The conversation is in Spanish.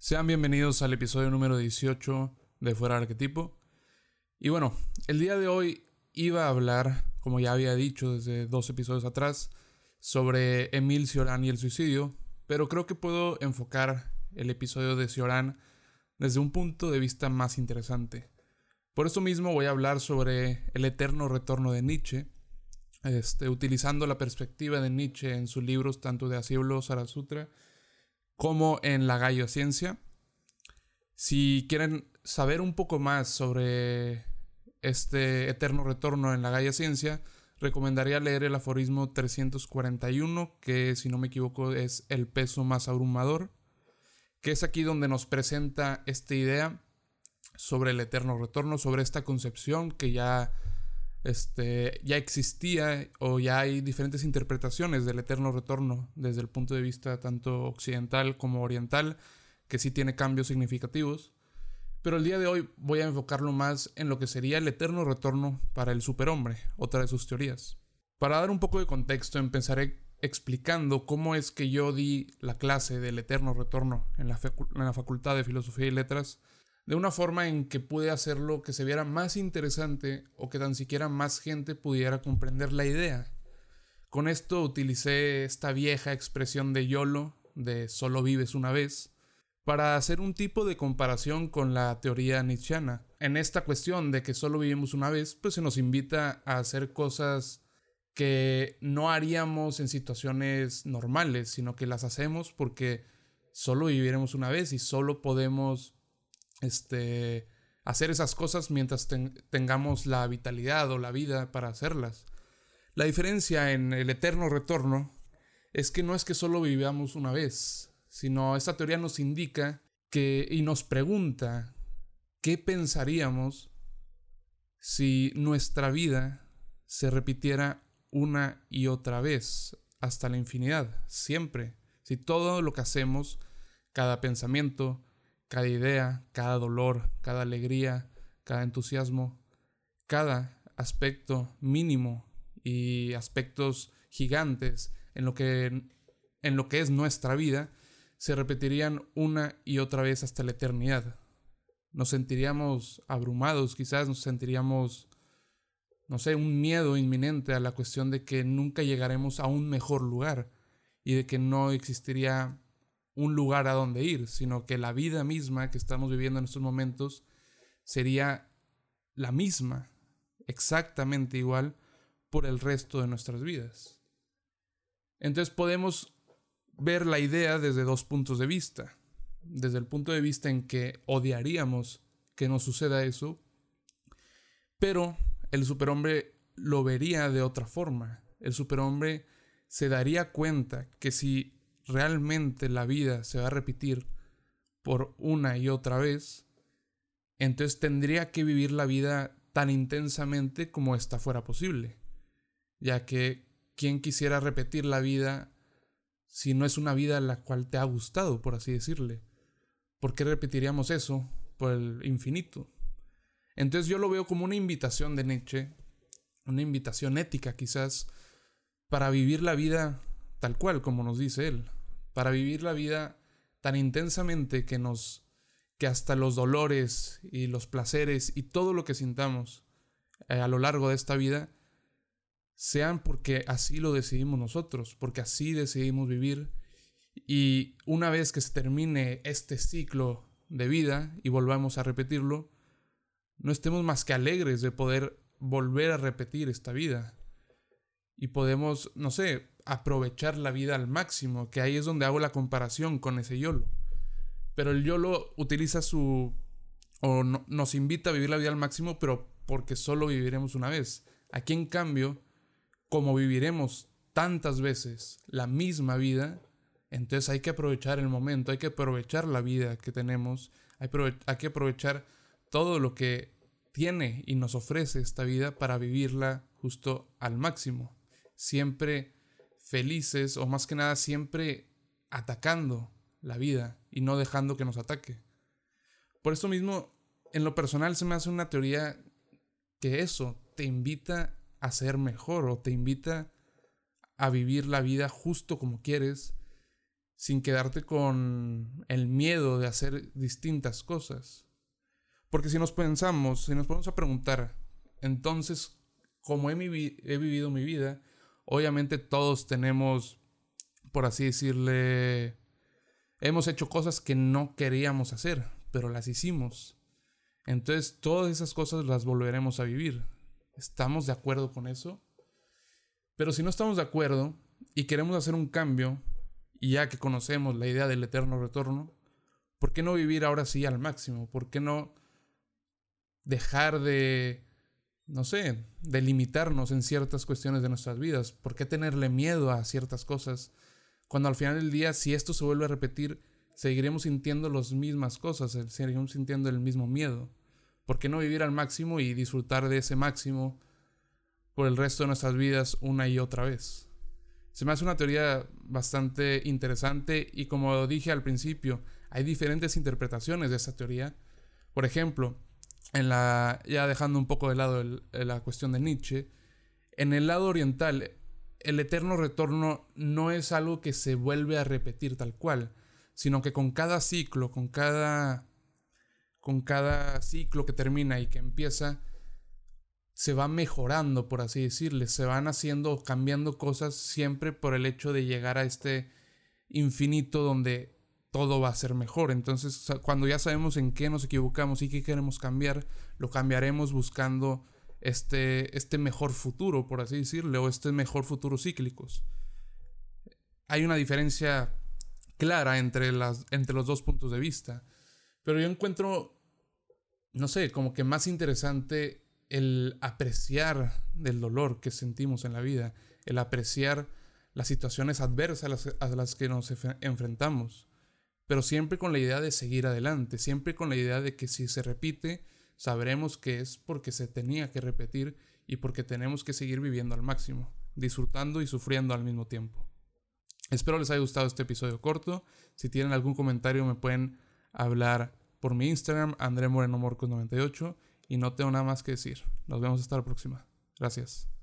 Sean bienvenidos al episodio número 18 de Fuera del Arquetipo. Y bueno, el día de hoy iba a hablar, como ya había dicho desde 2 episodios atrás, sobre Émile Cioran y el suicidio, pero creo que puedo enfocar el episodio de Cioran desde un punto de vista más interesante. Por eso mismo voy a hablar sobre el eterno retorno de Nietzsche, utilizando la perspectiva de Nietzsche en sus libros tanto de Así habló Zarathustra como en La Gaia Ciencia. Si quieren saber un poco más sobre este eterno retorno en La Gaia Ciencia, recomendaría leer el aforismo 341, que si no me equivoco es el peso más abrumador, que es aquí donde nos presenta esta idea sobre el eterno retorno, sobre esta concepción que ya existía o ya hay diferentes interpretaciones del eterno retorno desde el punto de vista tanto occidental como oriental, que sí tiene cambios significativos. Pero el día de hoy voy a enfocarlo más en lo que sería el eterno retorno para el superhombre, otra de sus teorías. Para dar un poco de contexto, empezaré explicando cómo es que yo di la clase del eterno retorno en la Facultad de Filosofía y Letras, de una forma en que pude hacerlo que se viera más interesante o que tan siquiera más gente pudiera comprender la idea. Con esto utilicé esta vieja expresión de YOLO, de solo vives una vez, para hacer un tipo de comparación con la teoría nietzscheana. En esta cuestión de que solo vivimos una vez, pues se nos invita a hacer cosas que no haríamos en situaciones normales, sino que las hacemos porque solo viviremos una vez y solo podemos hacer esas cosas mientras tengamos la vitalidad o la vida para hacerlas. La diferencia en el eterno retorno es que no es que solo vivamos una vez, sino esta teoría nos indica y nos pregunta qué pensaríamos si nuestra vida se repitiera una y otra vez hasta la infinidad, siempre. Si todo lo que hacemos, cada pensamiento, cada idea, cada dolor, cada alegría, cada entusiasmo, cada aspecto mínimo y aspectos gigantes en lo que es nuestra vida, se repetirían una y otra vez hasta la eternidad. Nos sentiríamos abrumados, quizás nos sentiríamos, un miedo inminente a la cuestión de que nunca llegaremos a un mejor lugar y de que no existiría un lugar a donde ir, sino que la vida misma que estamos viviendo en estos momentos sería la misma, exactamente igual por el resto de nuestras vidas. Entonces podemos ver la idea desde 2 puntos de vista. Desde el punto de vista en que odiaríamos que nos suceda eso, pero el superhombre lo vería de otra forma. El superhombre se daría cuenta que si realmente la vida se va a repetir por una y otra vez, entonces tendría que vivir la vida tan intensamente como esta fuera posible, ya que ¿quién quisiera repetir la vida si no es una vida la cual te ha gustado, por así decirle? ¿Por qué repetiríamos eso por el infinito? Entonces yo lo veo como una invitación de Nietzsche, una invitación ética quizás, para vivir la vida tal cual como nos dice él, para vivir la vida tan intensamente que hasta los dolores y los placeres y todo lo que sintamos a lo largo de esta vida sean porque así lo decidimos nosotros, porque así decidimos vivir, y una vez que se termine este ciclo de vida y volvamos a repetirlo, no estemos más que alegres de poder volver a repetir esta vida y podemos, aprovechar la vida al máximo, que ahí es donde hago la comparación con ese YOLO. Pero el YOLO utiliza nos invita a vivir la vida al máximo, pero porque solo viviremos una vez. Aquí, en cambio, como viviremos tantas veces la misma vida, entonces hay que aprovechar el momento, hay que aprovechar la vida que tenemos, hay que aprovechar todo lo que tiene y nos ofrece esta vida para vivirla justo al máximo. Siempre felices, o más que nada siempre atacando la vida y no dejando que nos ataque. Por eso mismo, en lo personal se me hace una teoría que eso te invita a ser mejor o te invita a vivir la vida justo como quieres, sin quedarte con el miedo de hacer distintas cosas. Porque si nos ponemos a preguntar, entonces, ¿cómo he vivido mi vida? Obviamente todos tenemos, por así decirle, hemos hecho cosas que no queríamos hacer, pero las hicimos. Entonces, todas esas cosas las volveremos a vivir. ¿Estamos de acuerdo con eso? Pero si no estamos de acuerdo y queremos hacer un cambio, y ya que conocemos la idea del eterno retorno, ¿por qué no vivir ahora sí al máximo? ¿Por qué no dejar de, no sé, de limitarnos en ciertas cuestiones de nuestras vidas? ¿Por qué tenerle miedo a ciertas cosas? Cuando al final del día, si esto se vuelve a repetir, seguiremos sintiendo las mismas cosas, seguiremos sintiendo el mismo miedo. ¿Por qué no vivir al máximo y disfrutar de ese máximo por el resto de nuestras vidas una y otra vez? Se me hace una teoría bastante interesante y, como dije al principio, hay diferentes interpretaciones de esta teoría. Por ejemplo, ya dejando un poco de lado la cuestión de Nietzsche, en el lado oriental, el eterno retorno no es algo que se vuelve a repetir tal cual, sino que con cada ciclo, con cada ciclo que termina y que empieza, se va mejorando, por así decirle, se van haciendo, cambiando cosas siempre por el hecho de llegar a este infinito donde todo va a ser mejor. Entonces, cuando ya sabemos en qué nos equivocamos y qué queremos cambiar, lo cambiaremos buscando este mejor futuro, por así decirle, o este mejor futuro cíclicos. Hay una diferencia clara entre los dos puntos de vista, pero yo encuentro, no sé, como que más interesante el apreciar del dolor que sentimos en la vida, el apreciar las situaciones adversas a las que nos enfrentamos, pero siempre con la idea de seguir adelante, siempre con la idea de que si se repite, sabremos que es porque se tenía que repetir y porque tenemos que seguir viviendo al máximo, disfrutando y sufriendo al mismo tiempo. Espero les haya gustado este episodio corto. Si tienen algún comentario me pueden hablar por mi Instagram, andremorenomorcos98, y no tengo nada más que decir. Nos vemos hasta la próxima. Gracias.